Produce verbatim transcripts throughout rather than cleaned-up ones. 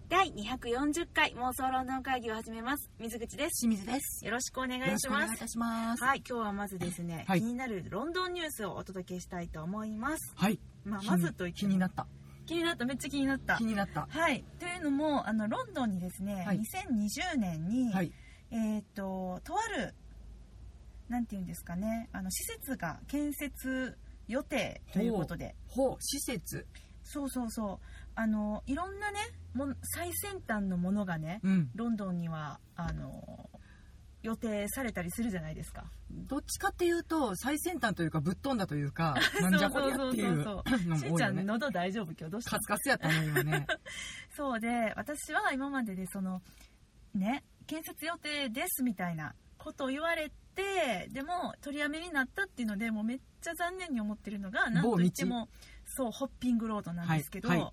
だいにひゃくよんじゅっかい妄想ロンドン会議を始めます。水口です。 清水です。 よろしくお願いします。 よろしくお願いいたします。 はい、今日はまずですね、はい、気になるロンドンニュースをお届けしたいと思います。 はい。 まあ、まずと言って気になった。 気になった、めっちゃ気になった。 気になった。 はい。というのも、あのロンドンにですね、はい、にせんにじゅうねんに、はい、えっととあるなんていうんですかね、あの施設が建設予定ということで。 ほう、ほう施設。 そうそうそう。あのいろんなねも最先端のものがね、うん、ロンドンにはあの予定されたりするじゃないですか。 どっちかっていうと最先端というかぶっ飛んだというかなんじゃこりゃっていうのも多いよね。 しんちゃん喉大丈夫？今日どうした？ カツカツやったね今ね。 そうで、私は今まででそのね建設予定ですみたいなことを言われて、でも取りやめになったっていうのでもうめっちゃ残念に思ってるのが、なんといってもそうホッピングロードなんですけど、はいはい、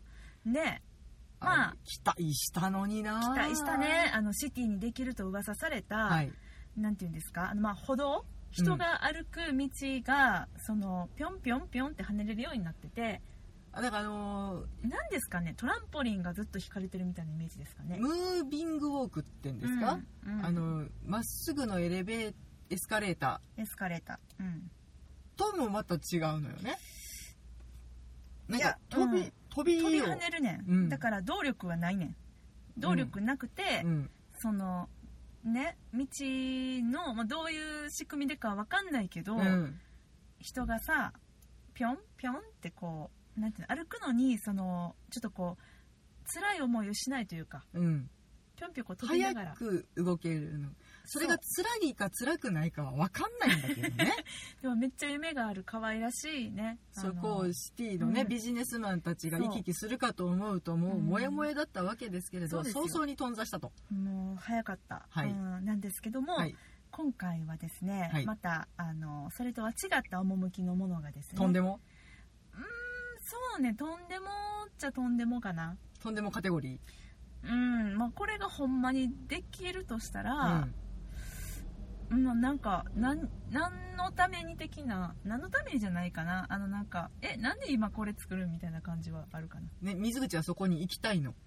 ねまあ期待したのにな。 期待したね。あのシティにできると噂された、はい、なんていうんですか、あのまあ歩道、人が歩く道が、うん、そのピョンピョンピョンって跳ねれるようになってて、 だからあのー、なんですかね、トランポリンがずっと引かれてるみたいなイメージですかね。 ムービングウォークってんですか、うんうん、あのまっすぐのエレベーエスカレーターエスカレーター、うん、 ともまた違うのよね。なんか飛び、 うん、飛び飛び跳ねるねん、うん、だから動力はないねん。動力なくて、うん、そのね道の、まあ、どういう仕組みでかは分かんないけど、うん、人がさぴょんぴょんってこうなんていうの、歩くのにそのちょっとこう辛い思いをしないというか、うん、ぴょんぴょんこう飛びながら早く動けるの。それが辛いか辛くないかは分かんないんだけどね。 でもめっちゃ夢がある可愛らしいね。 そこをシティのね、うん、ビジネスマンたちが行き来するかと思うともう萌え萌えだったわけですけれど、うん、早々に頓挫したと。 もう早かった、はい、うん、なんですけども、はい、今回はですね、はい、またあのそれとは違った趣のものがですね。 とんでもうーんそうね、とんでもっちゃとんでもかな。 とんでもカテゴリー、うんまあ、これがほんまにできるとしたら、うん、なんか何のために的な、何のためにじゃないかな、あのなんかえなんで今これ作るみたいな感じはあるかな、 ね、水口はそこに行きたいの？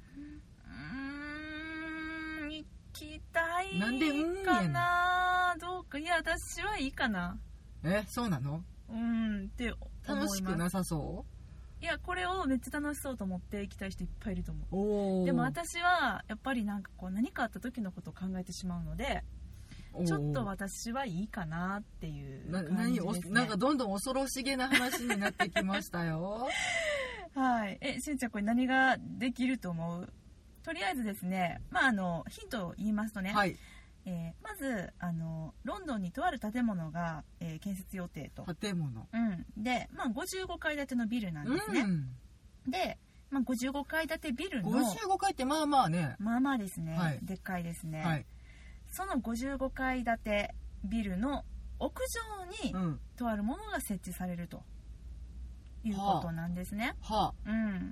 うーん行きたいかな。 なんでうんやな。 どうか、いや私はいいかな。 えそうなの？ うんって思います。 楽しくなさそう？ いやこれをめっちゃ楽しそうと思って行きたい人いっぱいいると思う。でも私はやっぱりなんかこう何かあった時のことを考えてしまうので、ちょっと私はいいかなっていう感じですね。 な, なんかどんどん恐ろしげな話になってきましたよ。 はい。えしんちゃんこれ何ができると思う？とりあえずですね、まああのヒントを言いますとね、はい、えー、まずあのロンドンにとある建物が、えー、建設予定と。 建物、 うん、で、まあ、ごじゅうごかい建てのビルなんですね、うん、で、まあ、ごじゅうごかい建てビルのごじゅうごかいってまあまあね、 まあまあですね、はい、でっかいですね、はい、そのごじゅうごかい建てビルの屋上に、うん、とあるものが設置されるということなんですね、 はあ、 うん、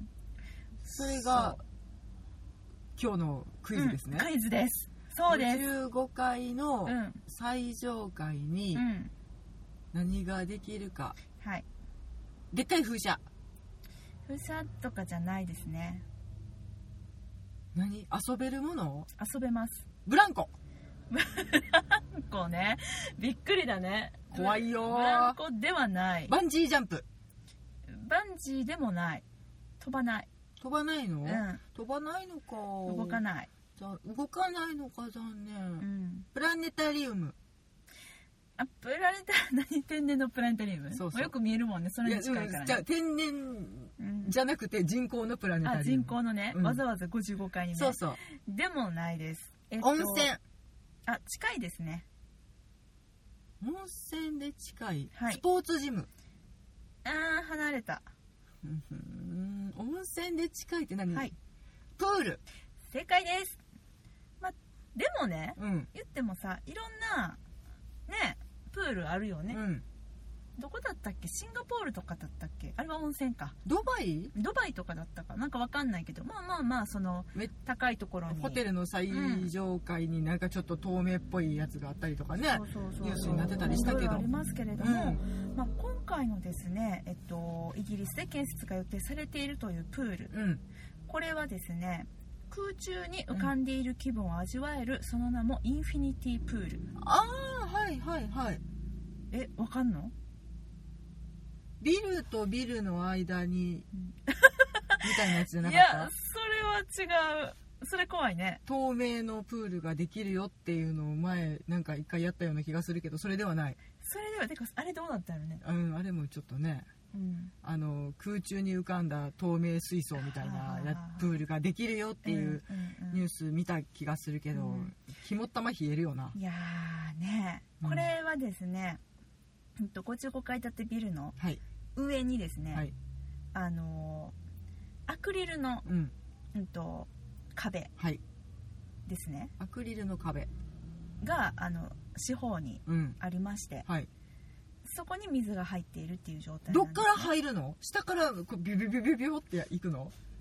それが今日のクイズですね、 うん、クイズです。そうです。 ごじゅうごかいの最上階に何ができるか、 うん、はい、 でっかい風車。 風車とかじゃないですね。 何？遊べるもの？ 遊べます。 ブランコ。 ブランコね、びっくりだね。 怖いよ。 ブランコではない。 バンジージャンプ。 バンジーでもない。飛ばない。 飛ばないの？ うん、 飛ばないのか。 動かない。 動かないのか、残念、うん、プラネタリウム。 あ、プラネタ何天然のプラネタリウム。そうそう、よく見えるもんね、それに近いから、ね、 じゃあ天然じゃなくて人工のプラネタリウム。 あ、人工のね、うん、わざわざごじゅうごかいにね。 そうそう。 でもないです、 えっと、温泉。 あ、近いですね。 温泉で近い、はい、スポーツジム。 あー離れた。 温泉で近いって何？はい、プール。 正解です。ま、でもね、うん、言ってもさ、いろんなねプールあるよね、うん、どこだったっけ、シンガポールとかだったっけ、あれは温泉か。 ドバイドバイとかだったかなんかわかんないけど、まあまあまあその高いところにホテルの最上階になんかちょっと透明っぽいやつがあったりとかね、 そうそうそうそう、 ニュースになってたりしたけど、 ありますけれども、うん、まあ、今回のですね、えっと、イギリスで建設が予定されているというプール、うん、これはですね空中に浮かんでいる気分を味わえる、うん、その名もインフィニティプール。 ああ、はいはいはい。 え、わかんの？ ビルとビルの間に、うん、みたいなやつじゃなかった？ いや、それは違う。それ怖いね。 透明のプールができるよっていうのを前なんか一回やったような気がするけど、それではない。 それではてかあれどうなったのね。 うん、あれもちょっとね、うん、あの空中に浮かんだ透明水槽みたいなやプールができるよっていうニュース見た気がするけど、うん、肝っ玉冷えるよな。 いやーね、これはですね、うん、ごじゅうごかい建てビルの上にですね、はい、あのー、アクリルの、うんうんと壁ですね、 はい、アクリルの壁があの四方にありまして、うんはい、そこに水が入っているっていう状態なんです、ね、 どっから入るの？下からビュビュビュビュビュっていくの？ うん、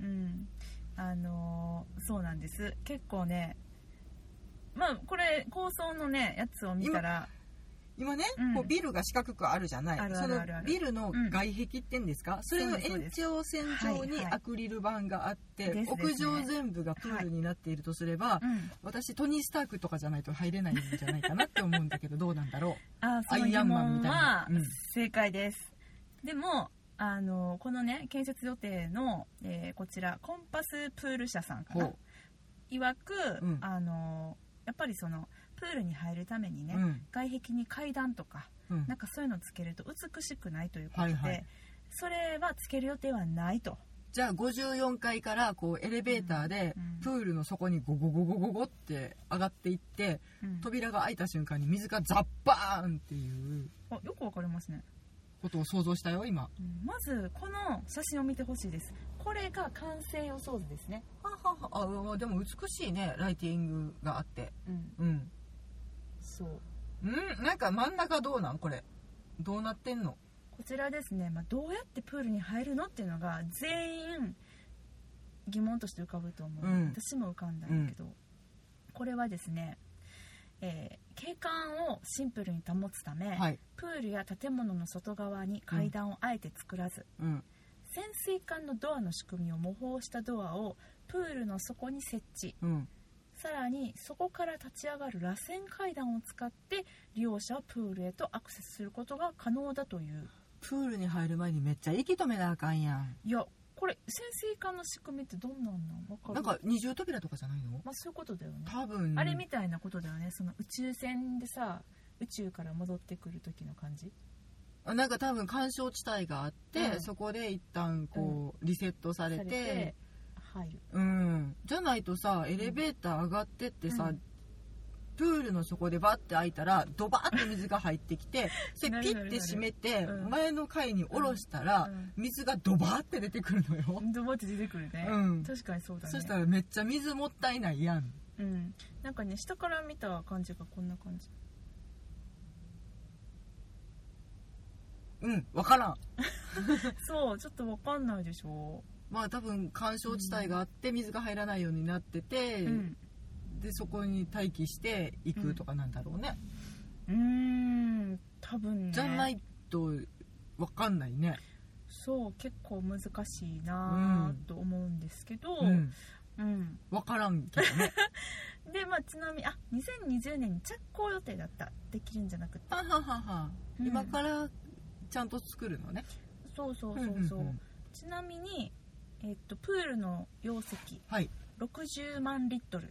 あのー、そうなんです。結構ね、まあこれ高層のねやつを見たら今ね、うん、こうビルが四角くあるじゃない。 あるあるあるある。 そのビルの外壁ってんですか、うん、それの延長線上にアクリル板があって、はいはい、屋上全部がプールになっているとすれば、はい、私トニー・スタークとかじゃないと入れないんじゃないかなって思うんだけどどうなんだろう。 あ、その疑問は正解です、うん、でもあのこのね建設予定の、えー、こちらコンパスプール社さんかな、いわく、うん、あのやっぱりそのプールに入るためにね、うん、外壁に階段とか、うん、なんかそういうのつけると美しくないということで、はいはい、それはつける予定はないと。 じゃあごじゅうよんかいからこうエレベーターでプールの底にゴゴゴゴゴゴって上がっていって、うん、扉が開いた瞬間に水がザッバーンっていうあ、よくわかりますねことを想像したよ今、 うん、まずこの写真を見てほしいです。これが完成予想図ですね。 はははあ、でも美しいね、ライティングがあって、うん、うん、 そう、 うん、なんか真ん中どうなん？これどうなってんの？ こちらですね、まあ、どうやってプールに入るのっていうのが全員疑問として浮かぶと思う、うん、私も浮かんだんだけど、うん、これはですね、えー、景観をシンプルに保つため、はい、プールや建物の外側に階段をあえて作らず、うん、潜水艦のドアの仕組みを模倣したドアをプールの底に設置、うん、さらにそこから立ち上がる螺旋階段を使って利用者はプールへとアクセスすることが可能だという。 プールに入る前にめっちゃ息止めなあかんやん。 いや、これ潜水艦の仕組みってどんなんなん分かる？ なんか二重扉とかじゃないの？ まあそういうことだよね。 多分あれみたいなことだよね。その宇宙船でさ、宇宙から戻ってくる時の感じ。 なんか多分干渉地帯があって、うん、そこで一旦こう、うん、リセットされて、されて入る。うん。じゃないとさ、エレベーター上がってってさ、うん、プールの底でバッて開いたらドバーって水が入ってきてそれピッて閉めて前の階に下ろしたら水がドバーって出てくるのよ。 ドバーって出てくるね、うん、確かにそうだね。 そしたらめっちゃ水もったいないやん。 うん、なんかね下から見た感じがこんな感じ。 うん分からんそうちょっと分かんないでしょ。 まあ多分干渉地帯があって水が入らないようになってて、うん、でそこに待機していくとかなんだろうね。 うーん多分ね。 じゃないと分かんないね。 そう結構難しいなと思うんですけど、 うんうん、分からんけどねで、まあ、ちなみにあにせんにじゅうねんに着工予定だった。できるんじゃなくてはははは、うん、今からちゃんと作るのね。 そうそうそうそう、うんうんうん、ちなみに、えっと、プールの容積、はい、ろくじゅうまんリットル。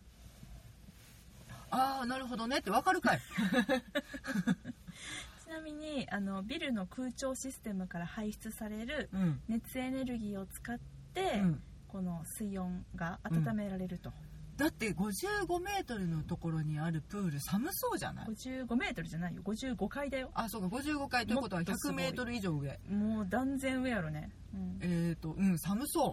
ああなるほどねってわかるかいちなみにあのビルの空調システムから排出される熱エネルギーを使って、うん、この水温が温められると、うん、 だってごじゅうごメートルのところにあるプール寒そうじゃない？ ごじゅうごメートルじゃないよ、ごじゅうごかいだよ。 あそうかごじゅうごかいということはひゃくメートル以上上。 もう断然上やろね、 うん、えっ、ー、とうん寒そう。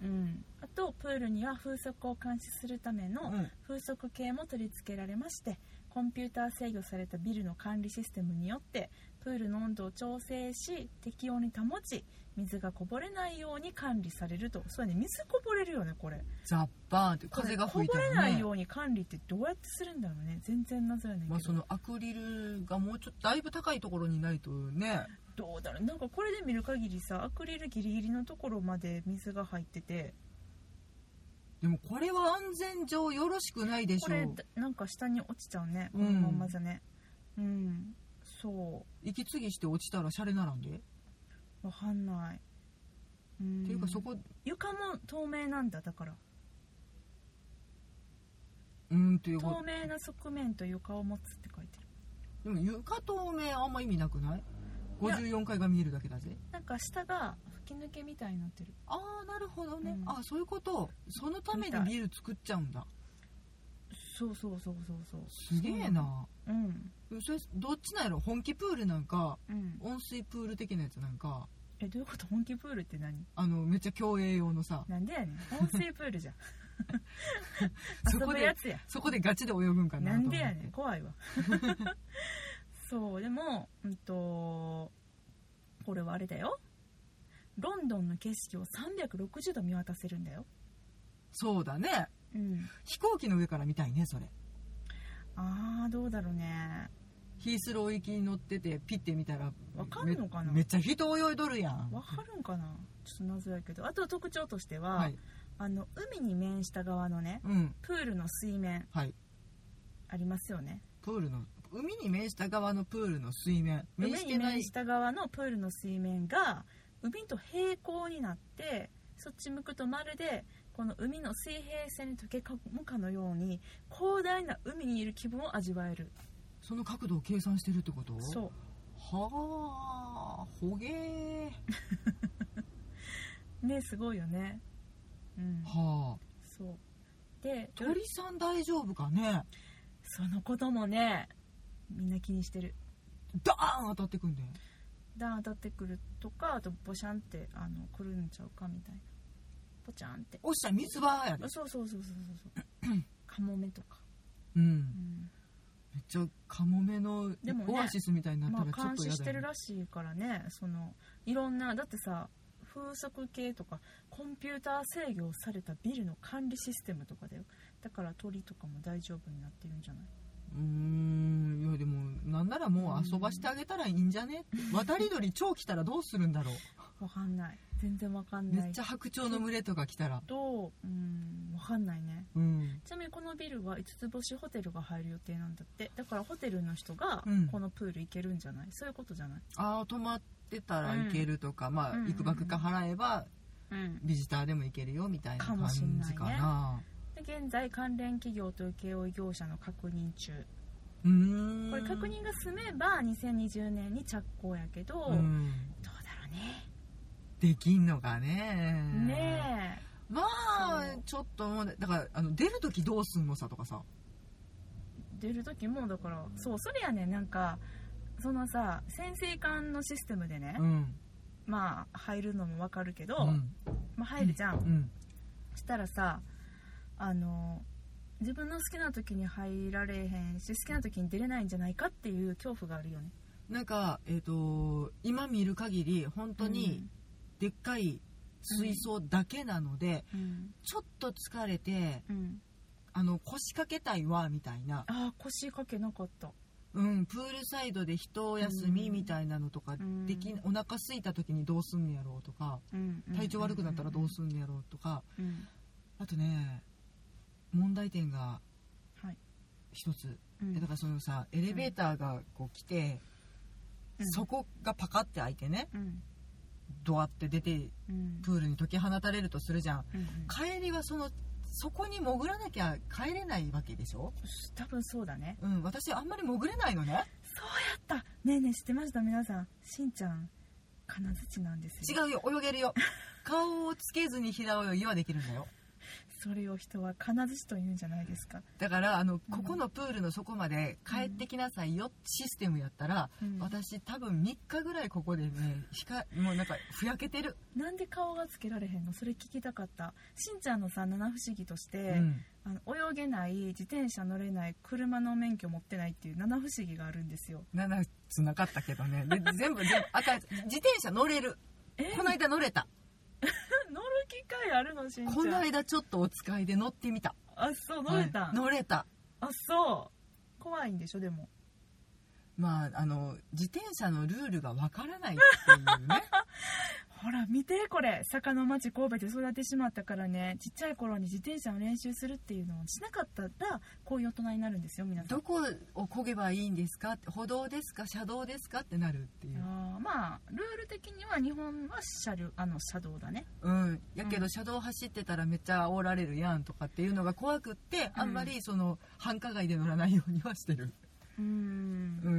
うん、あとプールには風速を監視するための風速計も取り付けられまして、コンピューター制御されたビルの管理システムによってプールの温度を調整し適温に保ち水がこぼれないように管理されると。そうね、水こぼれるよねこれ。 ザッバーンって風が吹いたらね。 こぼれないように管理ってどうやってするんだろうね。全然謎やねんけど、 まあ、そのアクリルがもうちょっとだいぶ高いところにないとね。 どうだろう、なんかこれで見る限りさアクリルギリギリのところまで水が入っててでもこれは安全上よろしくないでしょ。 これなんか下に落ちちゃうね、このまんまじゃね。うん、うん、そう息継ぎして落ちたらシャレならんで。 わかんない。うん、 っていうかそこ床も透明なんだ。だからうんという透明な側面と床を持つって書いてる。でも床透明あんま意味なくない？ごじゅうよんかいが見えるだけだぜ。 なんか下が吹き抜けみたいになってる。 ああ、なるほどね、うん、あ、そういうこと。そのためにビル作っちゃうんだ。 そうそうそうそうそう。 すげえな。 うん。 それどっちなんやろ？本気プールなんか、 うん、 温水プール的なやつなんか。 え、どういうこと？本気プールって何？ あのめっちゃ競泳用のさ。 なんでやねん。温水プールじゃん。遊ぶやつや。 そこでガチで泳ぐんかなと思って。 なんでやねん。怖いわ。そうでもうんとこれはあれだよ。ロンドンの景色をさんびゃくろくじゅうど見渡せるんだよ。 そうだね、 うん、 飛行機の上から見たいねそれ。 あーどうだろうね。 ヒースロー行きに乗っててピッて見たらわかるのかな。 め, めっちゃ人泳いどるやん。 わかるんかな。ちょっと謎やけど。あと特徴としては、 はい、 あの海に面した側のね、 うん、 プールの水面、はい、ありますよね。 プールの海に面した側のプールの水面、 面してない海に面した側のプールの水面が海と平行になって、そっち向くとまるでこの海の水平線に溶け込むかのように広大な海にいる気分を味わえる。 その角度を計算してるってこと？ そう。 はあ、ほげーね、すごいよね。うん、 はあ。 そうで、 鳥さん大丈夫かね。 そのこともねみんな気にしてる。 ダーン当たってくんで。 ダーン当たってくるとか、あとボシャンってあの来るんちゃうかみたいな。ポチャンって。 おっしゃ水場やで。 そうそうそうそうそうそう。カモメとか。 うん。うん、めっちゃカモメのオアシスみたいになったらちょっと嫌だよね。 まあ、監視してるらしいからね。そのいろんなだってさ、風速計とかコンピューター制御されたビルの管理システムとかだよ。だから鳥とかも大丈夫になってるんじゃない？ うーん、いやでもなんならもう遊ばしてあげたらいいんじゃねって。渡り鳥超来たらどうするんだろう。 わかんない。全然わかんない。 めっちゃ白鳥の群れとか来たら。 どう、うん、わかんないね。 うん、 ちなみにこのビルはいつつ星ホテルが入る予定なんだって。だからホテルの人がこのプール行けるんじゃない？そういうことじゃない？ ああ、泊まってたら行けるとか、うん、まあ、うん、いくばくか払えば、うん、ビジターでも行けるよみたいな感じかな。かな、 ね、で現在関連企業と請負業者の確認中。 うーん、 これ確認が済めばにせんにじゅうねんに着工やけど、うん、どうだろうね。 できんのかね。 ねえ。 まあちょっとだからあの出るときどうすんのさとかさ。 出るときもだからそうそれやね。なんかそのさ潜水艦のシステムでね、うん、まあ入るのもわかるけど、うん、まあ、入るじゃん、うん、したらさあの自分の好きな時に入られへんし好きな時に出れないんじゃないかっていう恐怖があるよね。 なんか、えーと、今見る限り本当にでっかい水槽だけなので、うん、ちょっと疲れて、うん、あの腰掛けたいわみたいな。 あ、腰掛けなかった。 うん、プールサイドで一休みみたいなのとかでき、うん、お腹空いた時にどうすんねやろうとか、うん、体調悪くなったらどうすんねやろうとか、うん、あとね問題点が一つ、はい、だからそのさエレベーターがこう来て、うん、そこがパカって開いてね、うん、ドアって出て、うん、プールに解き放たれるとするじゃん、うんうん、帰りはそのそこに潜らなきゃ帰れないわけでしょ。 多分そうだね。 うん、私あんまり潜れないのね。 そうやった。ねえねえ知ってました皆さん。しんちゃん金槌なんですよ。違うよ、泳げるよ。顔をつけずに平泳ぎはできるんだよ。 それを人は金槌と言うんじゃないですか。 だからあの、うん、ここのプールの底まで帰ってきなさいよ、うん、システムやったら、うん、私多分みっかぐらいここでねひかもうなんかふやけてる。 なんで顔がつけられへんの？それ聞きたかった。しんちゃんのさ七不思議として、うん、あの泳げない、自転車乗れない、車の免許持ってないっていう七不思議があるんですよ。 ななつなかったけどね。で全部全部赤い。自転車乗れる。この間乗れた。 乗る機会あるの？しんちゃん。 この間ちょっとお使いで乗ってみた。 あ、そう乗れた、 はい、乗れた。 あ、そう怖いんでしょ。でもまああの自転車のルールがわからないっていうね。 ほら見てこれ、坂の町神戸で育ってしまったからね、ちっちゃい頃に自転車の練習するっていうのをしなかったらこういう大人になるんですよ皆さん。 どこを漕げばいいんですかって、歩道ですか車道ですかってなるっていう。 あ、まあルール的には日本は車両あの車道だね。 うんやけど車道走ってたらめっちゃ煽られるやんとかっていうのが怖くって、うん、あんまりその繁華街で乗らないようにはしてる。うん、うん、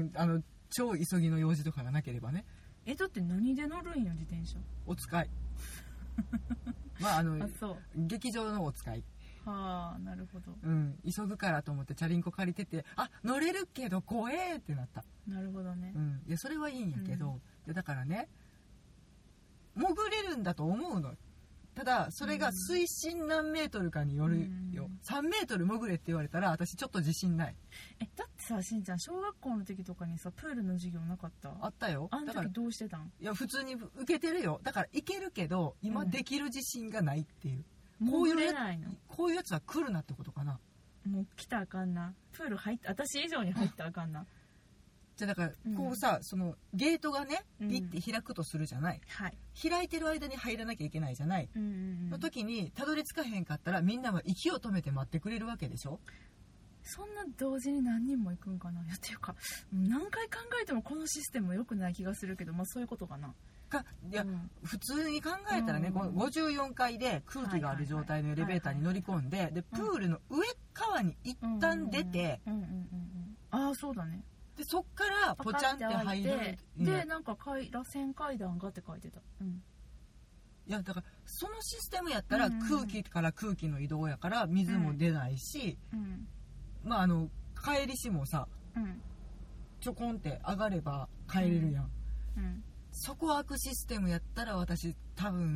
あの超急ぎの用事とかがなければね。 えだって何で乗るんよ自転車。 お使いまああのあそう劇場のお使い。 はあなるほど。 うん、急ぐからと思ってチャリンコ借りてて、あ乗れるけど怖えってなった。 なるほどね。 うん、いやそれはいいんやけど、うん、でだからね潜れるんだと思うの。ただそれが水深何メートルかによるよ、うん、さんメートル潜れって言われたら私ちょっと自信ない。 えだってさしんちゃん小学校の時とかにさプールの授業なかった？ あったよ。 あの時どうしてたん？ いや普通に受けてるよ。だからいけるけど今できる自信がないっていう、うん、こういうやこういうやつは来るなってことかな。 もう来たらあかんな。プール入って私以上に入ったらあかんな。 じゃだからこうさ、うん、そのゲートがねピッて開くとするじゃない、うんはい、開いてる間に入らなきゃいけないじゃない、うんうんうん、の時にたどり着かへんかったらみんなは息を止めて待ってくれるわけでしょ。 そんな同時に何人も行くんかな。いやっていうか何回考えてもこのシステム良くない気がするけど、まあそういうことかな。 かいや、うん、普通に考えたらね、うん、ごじゅうよんかいで空気がある状態のエレベーターに乗り込んで、でプールの上側に一旦出て、 ああそうだね。 でそっからポチャンって入る。 でなんか階螺旋階段がって書いてた、うん、 いやだからそのシステムやったら空気から空気の移動やから水も出ないし、うんうん、まああの帰りしもさ、うん、ちょこんって上がれば帰れるやん、うんうん、そこ開くシステムやったら私多分、うん、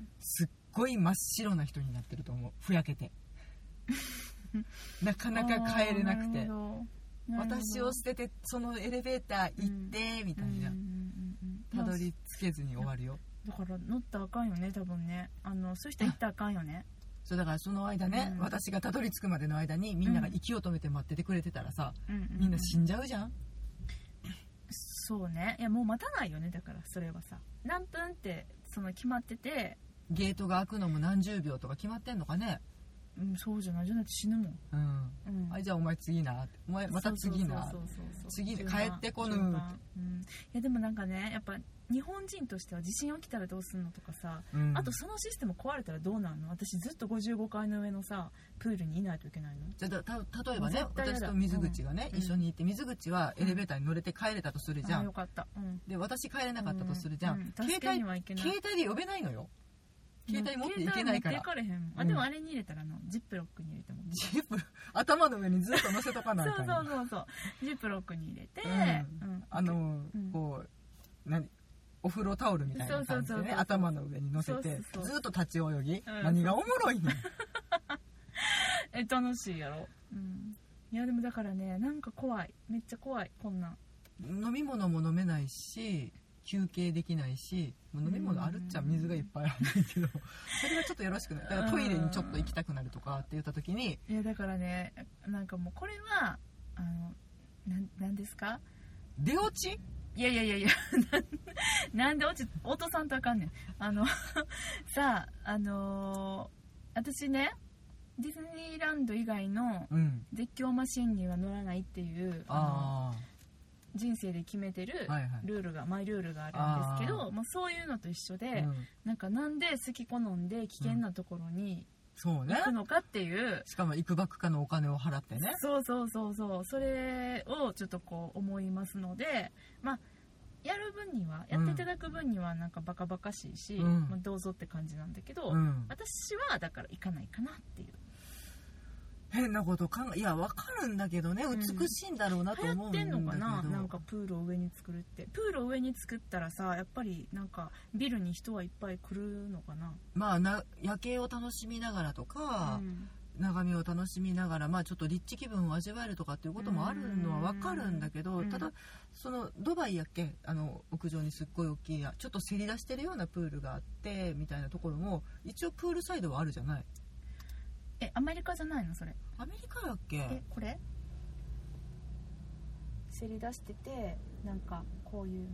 すっごい真っ白な人になってると思う。ふやけてなかなか帰れなくて私を捨ててそのエレベーター行って、うん、みたいな、たどり着けずに終わるよ。 だから乗ったらあかんよね多分ね。あのそういう人行ったらあかんよね。 そうだからその間ね、うん、私がたどり着くまでの間にみんなが息を止めて待っててくれてたらさ、うん、みんな死んじゃうじゃん。 そうね。いやもう待たないよね。だからそれはさ何分ってその決まってて、 ゲートが開くのも何十秒とか決まってんのかね。 うん、そうじゃないじゃないと死ぬもん、 うんうん、あじゃあお前次な、お前また次な、次で帰ってこぬ、うん、いやでもなんかねやっぱ日本人としては地震起きたらどうすんのとかさ、うん、あとそのシステム壊れたらどうなるの。私ずっとごじゅうごかいの上のさプールにいないといけないの。 じゃあた例えばね私と水口がね、うん、一緒にいて水口はエレベーターに乗れて帰れたとするじゃん、 あよかった、うん、 で私帰れなかったとするじゃん、 うんうん、携帯携帯で呼べないのよ。携帯持っていけないから。 携帯持っていかれへん。あ、でもあれに入れたらのジップロックに入れても。 ジップ頭の上にずっと乗せとかないから。そうそうそうそう。ジップロックに入れて、 うんうん、あの、うん、こう何お風呂タオルみたいな感じでね頭の上に乗せてそうそうそうずっと立ち泳ぎ、うん、何がおもろいの。 え楽しいやろ。うん。いやでもだからねなんか怖い。めっちゃ怖いこんなん。 飲み物も飲めないし。休憩できないし、飲み物あるっちゃ水がいっぱいあるんだけどそれはちょっとよろしくない。だからトイレにちょっと行きたくなるとかって言った時に、 いやだからねなんかもうこれはあのななんですか出落ち。 いやいやいやいやなんで落ち落とさんとあかんねん。あのさああのー、私ねディズニーランド以外の絶叫マシンには乗らないっていう、うん、あの人生で決めてるルールが、はいはい、マイルールがあるんですけど、まあ、そういうのと一緒で、うん、なんかなんで好き好んで危険なところに行くのかっていう、うんそうね、 しかもいくばくかのお金を払ってね。 そうそうそうそうそれをちょっとこう思いますので、まあやる分にはやっていただく分にはなんかバカバカしいし、うんまあ、どうぞって感じなんだけど、うん、私はだから行かないかなっていう。 変なこと考えいや分かるんだけどね、美しいんだろうなと思うんだけど、 流行ってんのかな。なんかプールを上に作るってプールを上に作ったらさやっぱりなんかビルに人はいっぱい来るのかな。 まあな夜景を楽しみながらとか、うん、眺めを楽しみながらまあちょっとリッチ気分を味わえるとかっていうこともあるのは分かるんだけど、ただそのドバイやっけあの屋上にすっごい大きいちょっとせり出してるようなプールがあってみたいなところも一応プールサイドはあるじゃない。 えアメリカじゃないのそれ。 アメリカだっけ。 えこれせり出しててなんかこういうの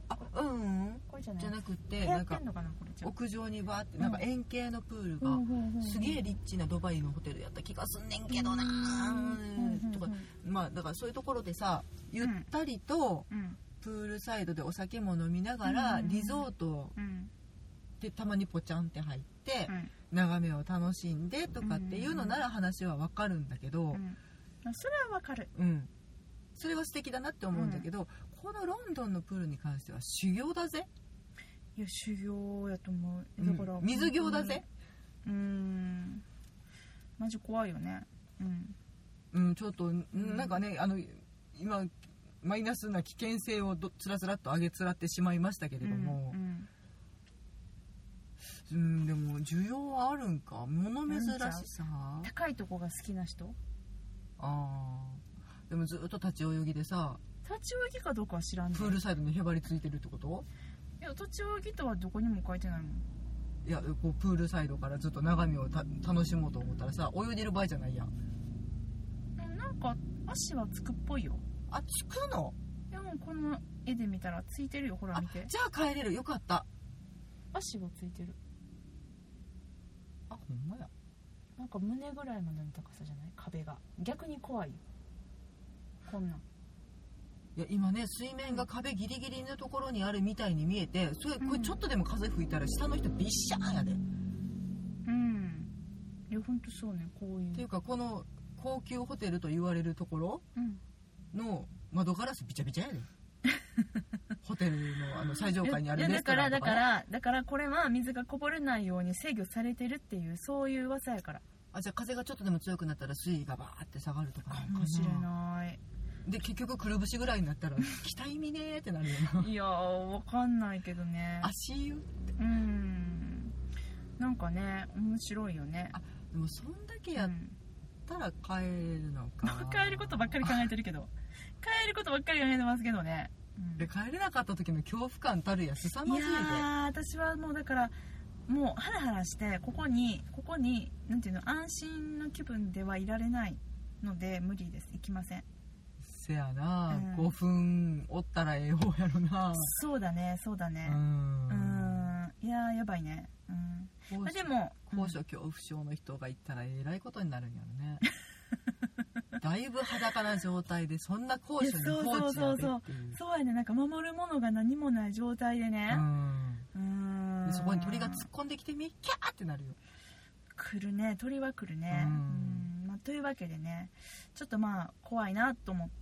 あうんうんこれじゃないじゃなくて流行なんかってんのかなこれじゃ屋上にバーってなんか円形のプールが、 うんうんうんうん、 すげえリッチなドバイのホテルやった気がすんねんけどなーとか、まあだからそういうところでさゆったりとプールサイドでお酒も飲みながらリゾートでたまにポチャンって入って眺めを楽しんでとかっていうのなら話はわかるんだけど、うんうん、 それはわかる、 うん、それは素敵だなって思うんだけど、うん、このロンドンのプールに関しては修行だぜ。 いや修行やと思う。だから、 うん、水行だぜ。 うーんマジ怖いよね。うんうんちょっとなんかね、あの今マイナスな危険性をどつらつらっと上げつらってしまいましたけれども、うんうんうん、でも需要はあるんか。物珍しさ高いとこが好きな人。 あーでもずっと立ち泳ぎでさ。 立ち泳ぎかどうかは知らんね。 プールサイドにへばりついてるってこと？ いや立ち泳ぎとはどこにも書いてないもん。 いやこうプールサイドからずっと眺めをた楽しもうと思ったらさ泳いでる場合じゃないやん。 なんか足はつくっぽいよ。 あつくの？ いやもうこの絵で見たらついてるよ。ほら見て。 じゃあ帰れる。よかった。 足はついてる。 あほんまや。 なんか胸ぐらいまでの高さじゃない？壁が逆に怖いよこんなん。 いや今ね水面が壁ギリギリのところにあるみたいに見えてそれこれちょっとでも風吹いたら下の人ビッシャーやで。 うんいやほんとそうね。こういうっていうかこの高級ホテルと言われるところの窓ガラスビチャビチャやでホテル の, あの最上階にあるレストランとか、ね、 だからだからだからこれは水がこぼれないように制御されてるっていうそういう噂やから。 あじゃあ風がちょっとでも強くなったら水位がバーって下がるとかかもしれない。 で結局くるぶしぐらいになったら期待見ねーってなるよな。 いやーわかんないけどね。 足湯ってうんなんかね面白いよね。 あでもそんだけやったら帰るのか、 うん、帰ることばっかり考えてるけど帰ることばっかり考えてますけどね、 うん、で帰れなかった時の恐怖感たるやすさまじいで。いや私はもうだからもうハラハラしてここにここになんていうの安心の気分ではいられないので無理です。行きません。 せやな、うん、ごふんおったらええ方やろな。 そうだねそうだね。うんうんいややばいね。うんまあ、でも高所恐怖症の人が行ったらえらいことになるんやろねだいぶ裸な状態でそんな高所に放置やでっていう。そうそうそうそうそうやね。なんか守るものが何もない状態でね。うんうんでそこに鳥が突っ込んできてみキャーってなるよ。 来るね鳥は来るね。うんうん、まあ、というわけでねちょっとまあ怖いなと思って、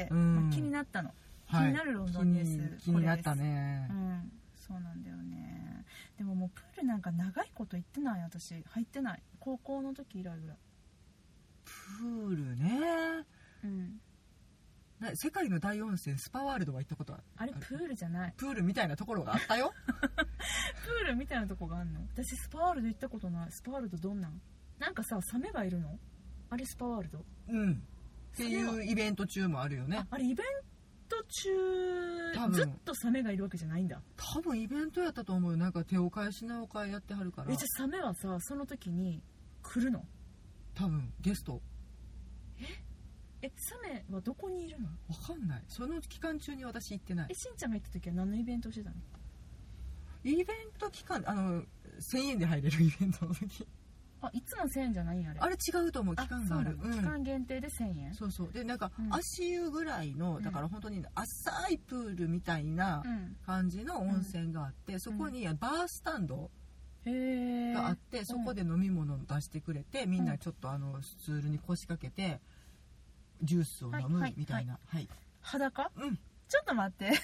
まあ、気になったの、はい、気になるロンドンニュース。 気になったね。 うんそうなんだよね。でももうプールなんか長いこと行ってない。私入ってない。高校の時以来ぐらい。 プールね、うん、世界の大温泉スパワールドは行ったことある。 あれプールじゃない。 プールみたいなところがあったよプールみたいなとこがあんの。私スパワールド行ったことない。スパワールドどんなん？なんかさサメがいるの？あれスパワールド？うんっていうイベント中もあるよね。 あ, あれイベント中ずっとサメがいるわけじゃないんだ。 多分イベントやったと思うよ。なんか手を変え品を変えやってはるから。 えじゃあサメはさその時に来るの？ 多分ゲスト。 ええサメはどこにいるの？ わかんない。その期間中に私行ってない。 えしんちゃんが行った時は何のイベントをしてたの？ イベント期間あのせんえんで入れるイベントの時。 あいつもせんえんじゃないんや。あれあれ違うと思う。期間がある。 うん、期間限定でせんえん。 そうそうでなんか、うん、足湯ぐらいのだから本当に浅いプールみたいな感じの温泉があって、うん、そこにバースタンドがあって、うん、そこで飲み物を出してくれて、うん、みんなちょっとあのスツールに腰掛けてジュースを飲むみたいな、はいはいはい、 裸？ うんちょっと待って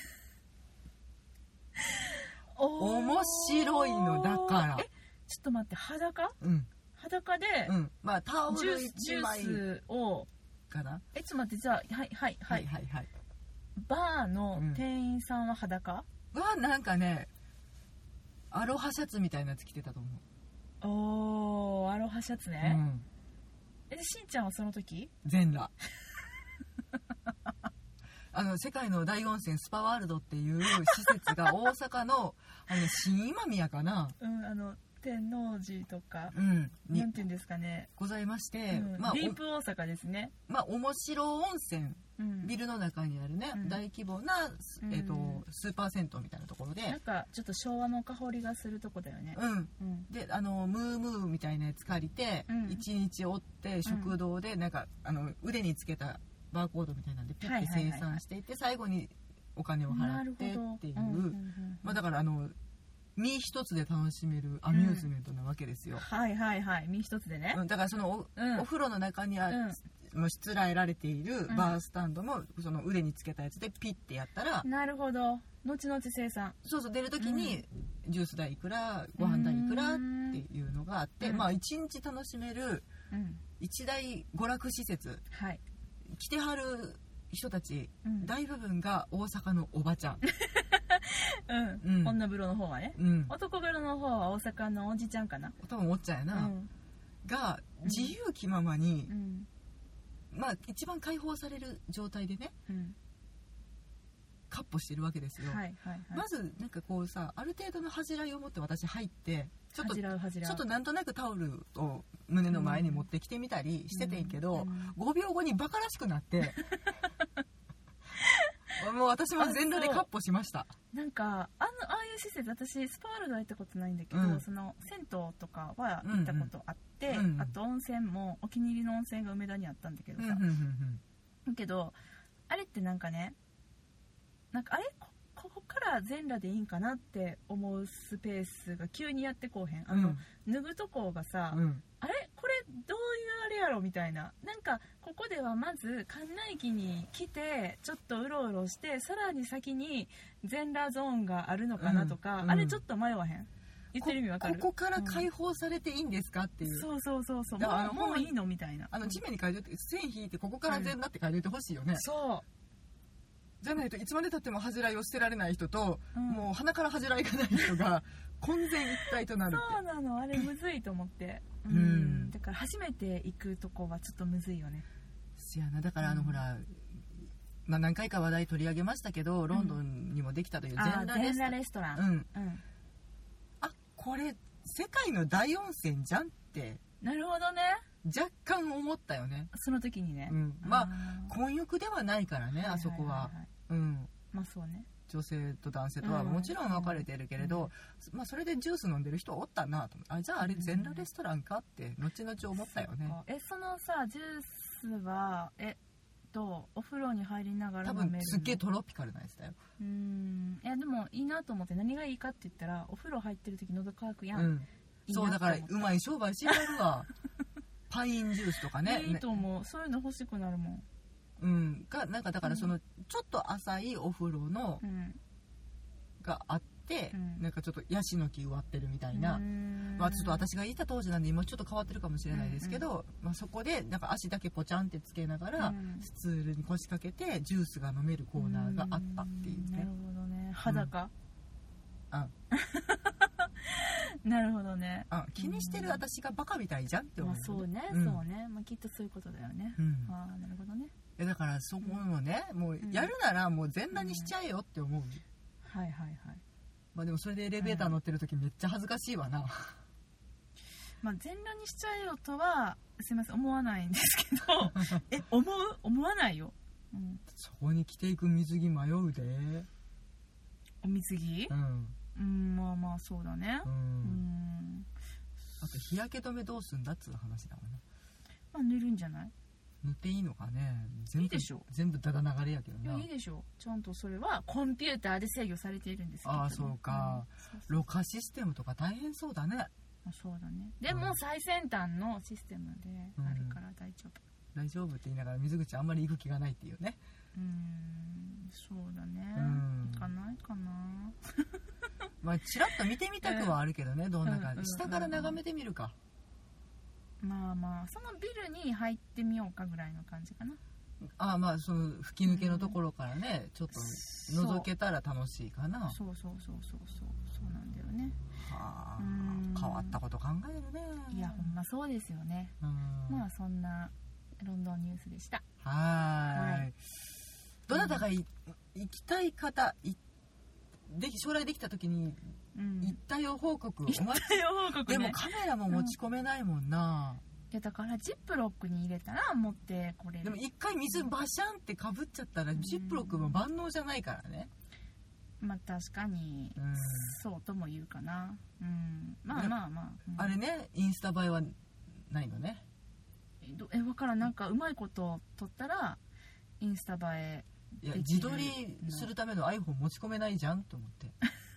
面白いのだからえちょっと待って裸？ うん裸で、 うん、まあタオルいちまいジュースをかな。 えちょっと待ってじゃあはいはいはいはいはいはいバーの店員さんは裸？ うん、はなんかねアロハシャツみたいなやつ着てたと思う。おーアロハシャツね、うん、えでしんちゃんはその時全裸あの世界の大温泉スパワールドっていう施設が大阪のあの新今宮かな、 うん、あの天王寺とか、 うん、 なんていうんですかね、 ございまして、 うん、まあ、ディープ大阪ですね。 まあ、面白温泉、うん、ビルの中にあるね、うん、大規模な、えーとうん、スーパー銭湯みたいなところで、 なんかちょっと昭和の香りがするとこだよね。 うん、うん、であのムームーみたいなやつ借りて、うん、いちにちおって食堂でなんか、あの腕につけたバーコードみたいなんでピッて生産していって、最後にお金を払ってっていう、うんうんうん、まあ、だからあの身一つで楽しめるアミューズメントなわけですよ、 うん、はいはいはい、身一つでね、 うん、だからその お,、うん、お風呂の中にあ、うん、もうしつらえられているバースタンドも、うん、その腕につけたやつでピッてやったら、 なるほど、後々生産、 そうそう、出る時にジュース代いくら、ご飯代いくらっていうのがあって、うん、まあいちにち楽しめる一大娯楽施設、はい、来てはる人たち、うん、大部分が大阪のおばちゃんうんうん、女風呂の方はね、うん、男風呂の方は大阪のおじちゃんかな、 多分おっちゃんやな、うん、が自由気ままに、うん、まあ一番解放される状態でね、うん、カッポしてるわけですよ、はいはいはい、まずなんかこうさ、ある程度の恥じらいを持って私入ってちょっとちょっとなんとなくタオルを胸の前に持ってきてみたりしててんけど、うんうん、ごびょうごにバカらしくなってもう私も全裸でカッポしました。 なんかあのああいう施設、私スパワールドは行ったことないんだけど、うん、その銭湯とかは行ったことあって、うんうん、あと温泉もお気に入りの温泉が梅田にあったんだけどさ、うんうんうん、だけどあれってなんかね、なんかあれ こ, ここから全裸でいいんかなって思うスペースが急にやってこうへん、あの、うん、脱ぐとこがさ、うん、あれこれどういうあれやろみたいな、なんかここではまず関内期に来てちょっとうろうろして、さらに先に全裸ゾーンがあるのかなとか、うんうん、あれちょっと迷わへん、言ってる意味わかる？ ここから解放されていいんですかっていう、うん、 そうそうそうそう、もう、もういいのみたいな、 あの地面に書いておいて、線引いてここから全裸って書いておいてほしいよね、うん、そうじゃないといつまでたっても恥じらいを捨てられない人と、うん、もう鼻から恥じらいがない人が混然一体となるってそうなの、あれむずいと思ってうん、うん、だから初めて行くとこはちょっとむずいよね。 いやな、だからあの、うん、ほら、まあ、何回か話題取り上げましたけど、ロンドンにもできたという全裸レストラン、レストラン、うんうん、あ、これ世界の大温泉じゃんって、 なるほどね、 若干思ったよね、 その時にね、 うん、まあ混浴ではないからね、あそこは、うん、 まあそうね、 女性と男性とはもちろん分かれてるけれど、うん、まあ、それでジュース飲んでる人おったなと思って、あ、じゃああれ全裸レストランかって後々思ったよね、 うん、えそのさジュースはえっとお風呂に入りながら飲めるの？ 多分すっげえトロピカルなやつだよ。 うーん、いやでもいいなと思って、何がいいかって言ったらお風呂入ってる時喉乾くやん、うん、 いいそうだからうまい商売してくれるわパインジュースとかね、 いいと思う、そういうの欲しくなるもん、 うん、がなんかだからその、うん、ちょっと浅いお風呂の、うん、があって、うん、なんかちょっとヤシの木植わってるみたいな、まあ、ちょっと私がいた当時なんで今ちょっと変わってるかもしれないですけど、うんうん、まあ、そこでなんか足だけポチャンってつけながら、うん、スツールに腰掛けてジュースが飲めるコーナーがあったっていうね。 なるほどね、裸、 うん、あなるほどね、 あ、気にしてる私がバカみたいじゃんって思う、 まあ、そうね、うん、そうね、まあ、きっとそういうことだよね、うん、あ、なるほどね。 だからそこのね、うん、もうやるならもう全裸にしちゃえよって思う、うん、 はいはいはい。 まあ、でもそれでエレベーター乗ってる時めっちゃ恥ずかしいわな、うん、 まあ全裸にしちゃえよとはすいません思わないんですけどえ、思う？思わないよ、うん、 そこに着ていく水着迷うで。 お水着？うん、うん、まあまあそうだね、うん、うん、 あと日焼け止めどうすんだっつう話だもんね。 まあ塗るんじゃない？ 塗っていいのかね。全部いいでしょ、 全部だだ流れやけどな。 いやいいでしょ、ちゃんとそれはコンピューターで制御されているんですけど、ね、 ああそうか、うん、そうそう、ろ過システムとか大変そうだね。 あ、そうだね、でも最先端のシステムであるから大丈夫、 うん、大丈夫って言いながら水口あんまり行く気がないっていうね。 うーん、そうだね、うん、行かないかなまあちらっと見てみたくはあるけどね、どんな感じ、うん、下から眺めてみるか、 まあまあそのビルに入ってみようかぐらいの感じかな。 ああ、まあその吹き抜けのところからね、うん、ちょっと覗けたら楽しいかな。 そうそうそうそうそうそうなんだよね。 はあ、変わったこと考えるね。 いやほんまそうですよね。まあそんなロンドンニュースでした。 はいはい。どなたがい、うん、行きたい方いで将来できた時にうん、行ったよ報告。 行ったよ報告、ね、 でもカメラも持ち込めないもんな、 うん、いやだからジップロックに入れたら持ってこれる。 でも一回水バシャンってかぶっちゃったら、うん、ジップロックも万能じゃないからね。 まあ確かに、うん、そうとも言うかな、うん、まあまあまあ、 うん、あれね、インスタ映えはないのね。 え分からん、なんかうまいこと撮ったらインスタ映えいや自撮りするための iPhone 持ち込めないじゃんと思って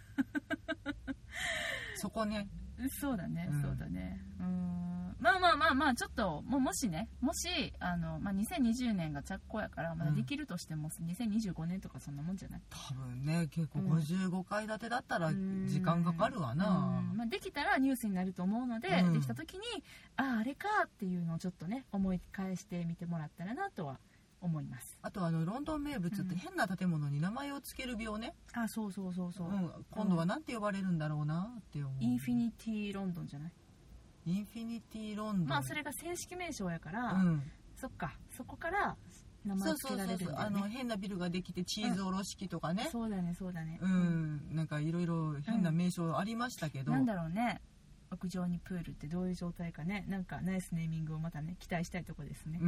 そこね。 そうだね、うん、そうだね。うーん、まあまあまあまあ、ちょっともうもしね、もしあの、まあ、にせんにじゅうねんが着工やからまだできるとしても、うん、にせんにじゅうごねんとかそんなもんじゃない。 多分ね、結構ごじゅうごかい建てだったら時間かかるわな。 うん、まあ、できたらニュースになると思うので、うん、できた時にあああれかっていうのをちょっとね思い返してみてもらったらなとは思います。 あとあのロンドン名物って変な建物に名前を付ける病ね、 うん、あ、そうそうそうそう、うん、 今度はなんて呼ばれるんだろうなって思う。 インフィニティロンドンじゃない？ インフィニティロンドン、 まあそれが正式名称やから、うん、そっか、そこから名前付けられるんだよね。 そうそうそうそう、あの変なビルができてチーズおろし器とかね、 うん、そうだねそうだね、 うん、なんかいろいろ変な名称ありましたけど、 うん、なんだろうね、屋上にプールってどういう状態かね、なんかナイスネーミングをまたね期待したいところですね。 うん、うん、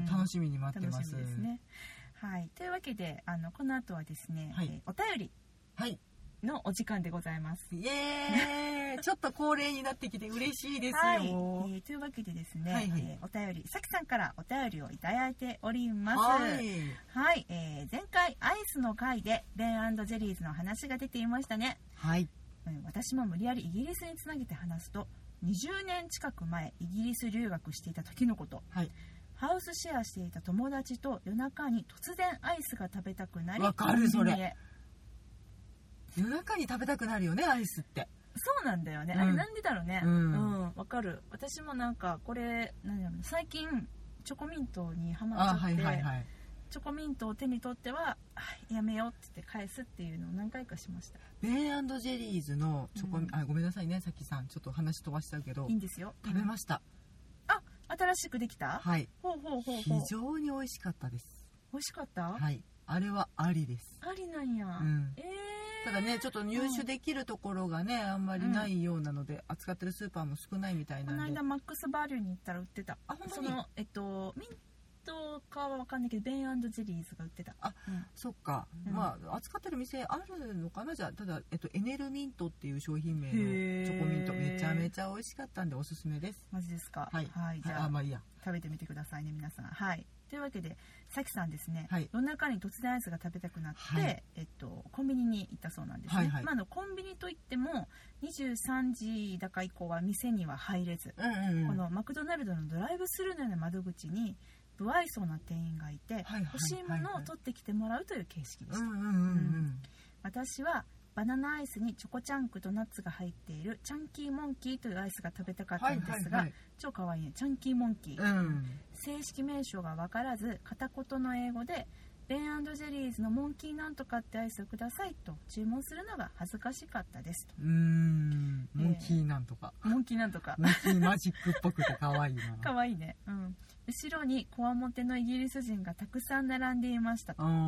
楽しみに待ってます。 楽しみですね。はい、というわけであのこの後はですね、はい、えー、お便りのお時間でございます。 イエーイちょっと恒例になってきて嬉しいですよ。 はい、えー、というわけでですね、はいはい、えー、お便りさきさんからお便りをいただいております。はい、はい、えー、前回アイスの回でベン&ジェリーズの話が出ていましたね。 はい、 私も無理やりイギリスにつなげて話すと、にじゅうねん近く前イギリス留学していた時のこと、はい、ハウスシェアしていた友達と夜中に突然アイスが食べたくなり、 わかるそれ、夜中に食べたくなるよねアイスって。 そうなんだよね、うん、あれなんでだろうね。うん、うん、わかる。私もなんかこれ何だろう、最近チョコミントにハマっちゃって、はいはいはい、チョコミントを手に取ってはやめようって言って返すっていうのを何回かしました。 ベン&ジェリーズのチョコミント、うん、あ、ごめんなさいねさきさん、ちょっと話飛ばしちゃうけど。 いいんですよ。 食べました、 うん、あ、新しくできた。 はい、 ほうほうほうほう、 非常に美味しかったです。 美味しかった。 はい、あれはありです。 ありなんや、うん、えー、 ただねちょっと入手できるところがね、うん、あんまりないようなので、扱ってるスーパーも少ないみたいなんで、 この間マックスバリューに行ったら売ってた。あ、本当に。そのえっとミントかは分かんないけどベン&ジェリーズが売ってた。 あ、うん、そっか、うん、まあ扱ってる店あるのかな。じゃあただ、えっと、エネルミントっていう商品名のチョコミントめちゃめちゃ美味しかったんでおすすめです。 マジですか。 はい、 はい、じゃあ、 あ、まあいいや、 食べてみてくださいね皆さん。はい、というわけでさきさんですね、 はい、 夜中に突然アイスが食べたくなって、はい、えっと、コンビニに行ったそうなんですね。はいはい、まあ、あのコンビニといってもにじゅうさんじだか以降は店には入れず、うんうんうん、このマクドナルドのドライブスルーのような窓口に不愛想な店員がいて、はいはいはいはい、欲しいものを取ってきてもらうという形式でした。私はバナナアイスにチョコチャンクとナッツが入っているチャンキーモンキーというアイスが食べたかったんですが、はいはいはい、超かわいいね、チャンキーモンキー、うん、正式名称が分からず片言の英語でベン&ジェリーズのモンキーなんとかってアイスをくださいと注文するのが恥ずかしかったですと。 うーん、モンキーなんとか、 えー、モンキーなんとかモンキーマジックっぽくてかわいいな。 かわいいね、うん、後ろにこわもてのイギリス人がたくさん並んでいましたと、うん、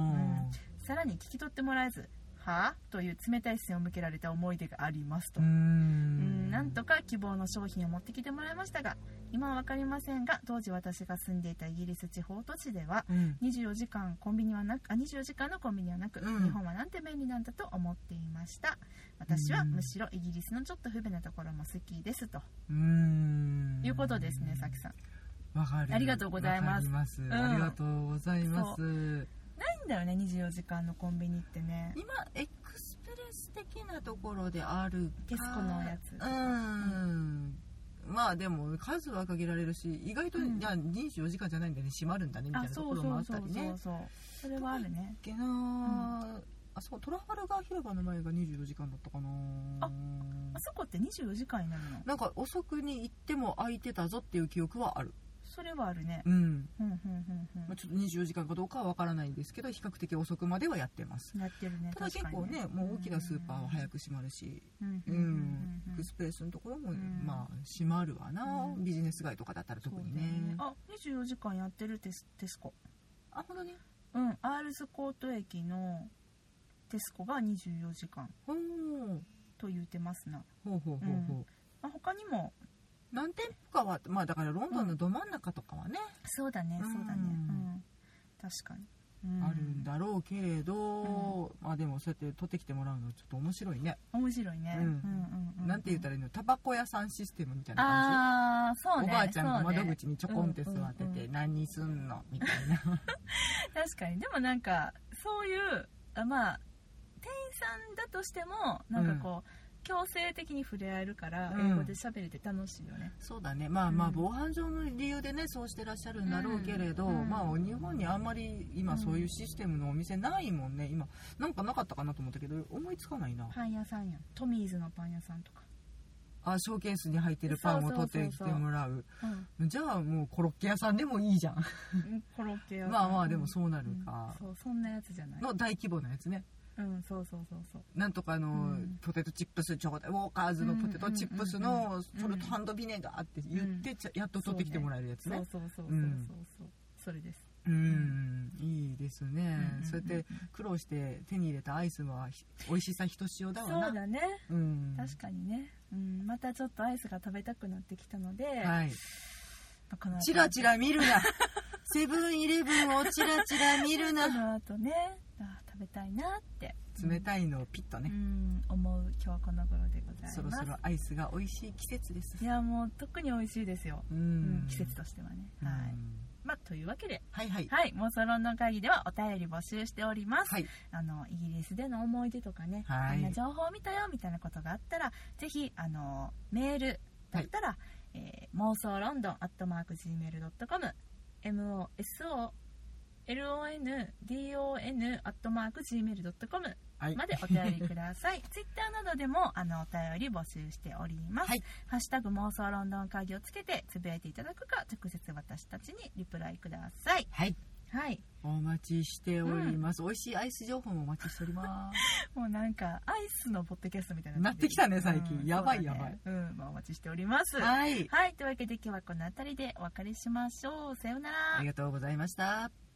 さらに聞き取ってもらえずはぁという冷たい視線を向けられた思い出がありますと。うーん、うんなんとか希望の商品を持ってきてもらいましたが、今は分かりませんが当時私が住んでいたイギリス地方都市では、うん、にじゅうよじかんコンビニはなくあにじゅうよじかんのコンビニはなく、うん、日本はなんて便利なんだと思っていました。私はむしろイギリスのちょっと不便なところも好きですと、うーんいうことですね。さきさん、 わかる、 ありがとうございます。 ます、うん、ありがとうございます。 ないんだよねにじゅうよじかんのコンビニってね。 今エクスプレス的なところであるか、 テスコのやつ、 うん、うん、まあでも数は限られるし、意外と、うん、いやにじゅうよじかんじゃないんでね閉まるんだねみたいなところもあったりね。そうそうそうそう、 それはあるね。 けな、うん、あそこトラファルガー広場の前がにじゅうよじかんだったかな。 あ、あそこってにじゅうよじかんになるの。 なんか遅くに行っても空いてたぞっていう記憶はある。 それはあるね。 うん。うんうんうんうん。まあ、ちょっとにじゅうよじかんかどうかはわからないんですけど、比較的遅くまではやってます。 やってるね。 ただ結構ね、もう大きなスーパーは早く閉まるし、うん。うん。エクスプレスのところも、まあ閉まるわな、うん。ビジネス街とかだったら特にね。ね、 あ、にじゅうよじかんやってるテステスコ。 あ、ほんとに？ うん。アールズコート駅のテスコがにじゅうよじかん。 ほー。 と言ってますな。 ほうほうほうほう、うんまあ、他にも何店舗かは、まあだからロンドンのど真ん中とかはね、 うん、そうだねそうだね、うん、確かに、 うん、あるんだろうけれど、うん、まあでもそうやって取ってきてもらうのちょっと面白いね。 面白いね、うんうんうん、なんて言ったらいいの、タバコ屋さんシステムみたいな感じ。ああそうね。 おばあちゃんが窓口にちょこんって座ってて、うんうんうん、何すんのみたいな確かに。でもなんかそういうあまあ店員さんだとしてもなんかこう、うん強制的に触れ合えるから英語で喋れて楽しいよね、 うん、そうだね。まあまあ防犯上の理由でねそうしてらっしゃるんだろうけれど、うんうん、まあ日本にあんまり今そういうシステムのお店ないもんね。今なんかなかったかなと思ったけど思いつかないな。 パン屋さんやトミーズのパン屋さんとか、 あショーケースに入ってるパンを取ってきてもらう。じゃあもうコロッケ屋さんでもいいじゃんコロッケ屋さんまあまあでもそうなるか、 うん、そうそんなやつじゃないの大規模なやつね。 うんそうそうそうそうなんとかの、うん、ポテトチップスちょうだいウォーカーズのポテトチップスのソルトハンドビネガーって言って、うん、やっと取ってきてもらえるやつね。 そうそうそうそうそうそう、うん、それです。 うん、うん、いいですね、うん、そうやって苦労して手に入れたアイスは美味しさひとしおだわな。 そうだね、うん、確かにね、うん、またちょっとアイスが食べたくなってきたので、はい、 チラチラ見るなセブンイレブンをチラチラ見るなこの後ねあ食べたいなって冷たいのをピッとね、 うん、思う今日はこの頃でございます。 そろそろアイスが美味しい季節です。 いやもう特に美味しいですよ、うん、うん、季節としてはね、はい。まあ、というわけで、 はいはいはい、妄想ロンドン会議ではお便り募集しております、はい、あのイギリスでの思い出とかね、はい、こんな情報を見たよみたいなことがあったらぜひあのメールだったら、はい、えー、妄想ロンドンアットマーク ジーメールドットコム モソロンドン アットマーク ジーメールドットコム までお便りくださいツイッターなどでもあのお便り募集しております、はい、ハッシュタグ妄想ロンドン会議をつけてつぶやいていただくか直接私たちにリプライください。 はい、 はい、 お待ちしております、うん、美味しいアイス情報もお待ちしておりますもうなんかアイスのポッドキャストみたいななってきたね最近、うん、やばいやばい、 うん、まあ、お待ちしております。 はい、 はい、というわけで今日はこの辺りでお別れしましょう。さようなら。 ありがとうございました。